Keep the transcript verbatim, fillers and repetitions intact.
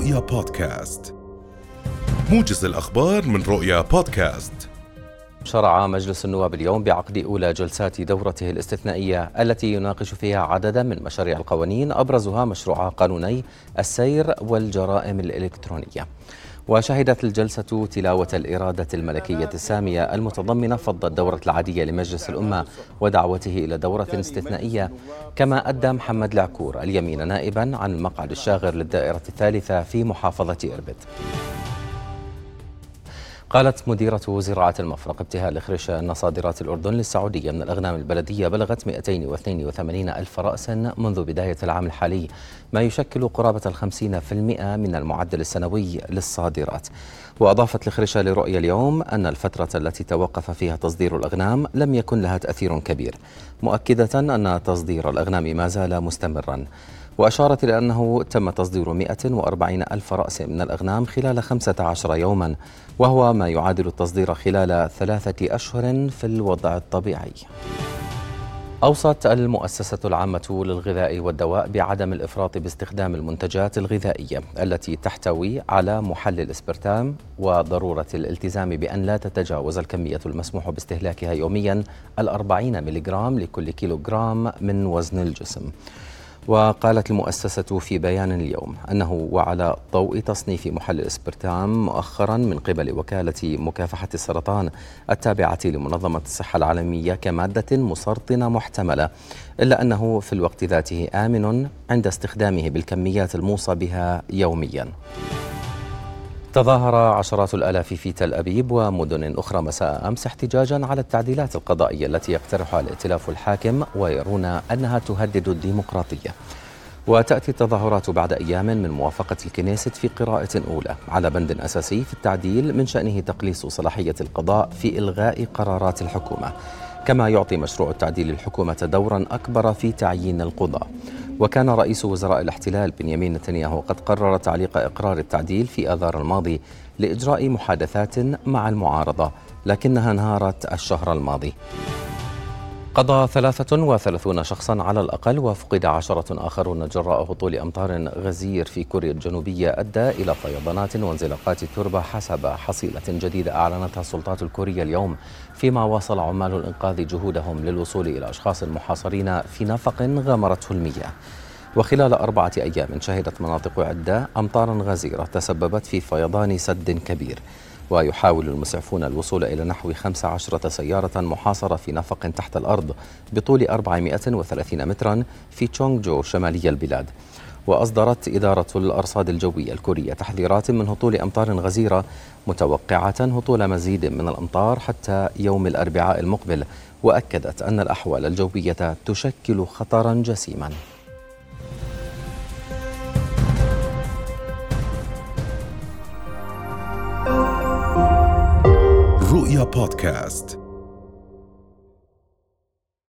رؤيا بودكاست، موجز الأخبار من رؤيا بودكاست. شرع مجلس النواب اليوم بعقد أولى جلسات دورته الاستثنائية التي يناقش فيها عددا من مشاريع القوانين، أبرزها مشروع قانوني السير والجرائم الإلكترونية. وشهدت الجلسة تلاوة الإرادة الملكية السامية المتضمنة فض الدورة العادية لمجلس الأمة ودعوته إلى دورة استثنائية، كما أدى محمد العكور اليمين نائبا عن المقعد الشاغر للدائرة الثالثة في محافظة إربد. قالت مديرة زراعة المفرق ابتهال الخريشة أن صادرات الأردن للسعودية من الأغنام البلدية بلغت مئتين واثنين وثمانين ألف رأس منذ بداية العام الحالي، ما يشكل قرابة الخمسين في المئة من المعدل السنوي للصادرات. وأضافت الخريشة لرؤيا اليوم أن الفترة التي توقف فيها تصدير الأغنام لم يكن لها تأثير كبير، مؤكدة أن تصدير الأغنام ما زال مستمرا. وأشارت إلى أنه تم تصدير مئة وأربعين ألف رأس من الأغنام خلال خمسة عشر يوما، وهو ما يعادل التصدير خلال ثلاثة أشهر في الوضع الطبيعي. أوصت المؤسسة العامة للغذاء والدواء بعدم الإفراط باستخدام المنتجات الغذائية التي تحتوي على محلل إسبرتام، وضرورة الالتزام بأن لا تتجاوز الكمية المسموح باستهلاكها يوميا الأربعين ملغرام لكل كيلوغرام من وزن الجسم. وقالت المؤسسة في بيان اليوم أنه وعلى ضوء تصنيف محلل إسبرتام مؤخرا من قبل وكالة مكافحة السرطان التابعة لمنظمة الصحة العالمية كمادة مسرطنة محتملة، إلا أنه في الوقت ذاته آمن عند استخدامه بالكميات الموصى بها يوميا. تظاهر عشرات الآلاف في تل أبيب ومدن أخرى مساء أمس احتجاجا على التعديلات القضائية التي يقترحها الائتلاف الحاكم، ويرون أنها تهدد الديمقراطية. وتأتي التظاهرات بعد أيام من موافقة الكنيست في قراءة أولى على بند أساسي في التعديل من شأنه تقليص صلاحية القضاء في إلغاء قرارات الحكومة، كما يعطي مشروع التعديل الحكومة دورا أكبر في تعيين القضاة. وكان رئيس وزراء الاحتلال بنيامين نتنياهو قد قرر تعليق إقرار التعديل في آذار الماضي لإجراء محادثات مع المعارضة، لكنها انهارت الشهر الماضي. قضى ثلاثة وثلاثين شخصا على الأقل وفقد عشرة آخرون جراء هطول أمطار غزير في كوريا الجنوبية أدى إلى فيضانات وانزلاقات تربة حسب حصيلة جديدة أعلنتها السلطات الكورية اليوم، فيما واصل عمال الإنقاذ جهودهم للوصول إلى أشخاص محاصرين في نفق غمرته المياه. وخلال أربعة أيام شهدت مناطق عدة أمطارا غزيرة تسببت في فيضان سد كبير. ويحاول المسعفون الوصول إلى نحو خمس عشرة سيارة محاصرة في نفق تحت الأرض بطول أربعمئة وثلاثين مترا في تشونغ جو شمالي البلاد. وأصدرت إدارة الأرصاد الجوية الكورية تحذيرات من هطول أمطار غزيرة، متوقعة هطول مزيد من الأمطار حتى يوم الأربعاء المقبل، وأكدت أن الأحوال الجوية تشكل خطرا جسيما. رؤيا بودكاست.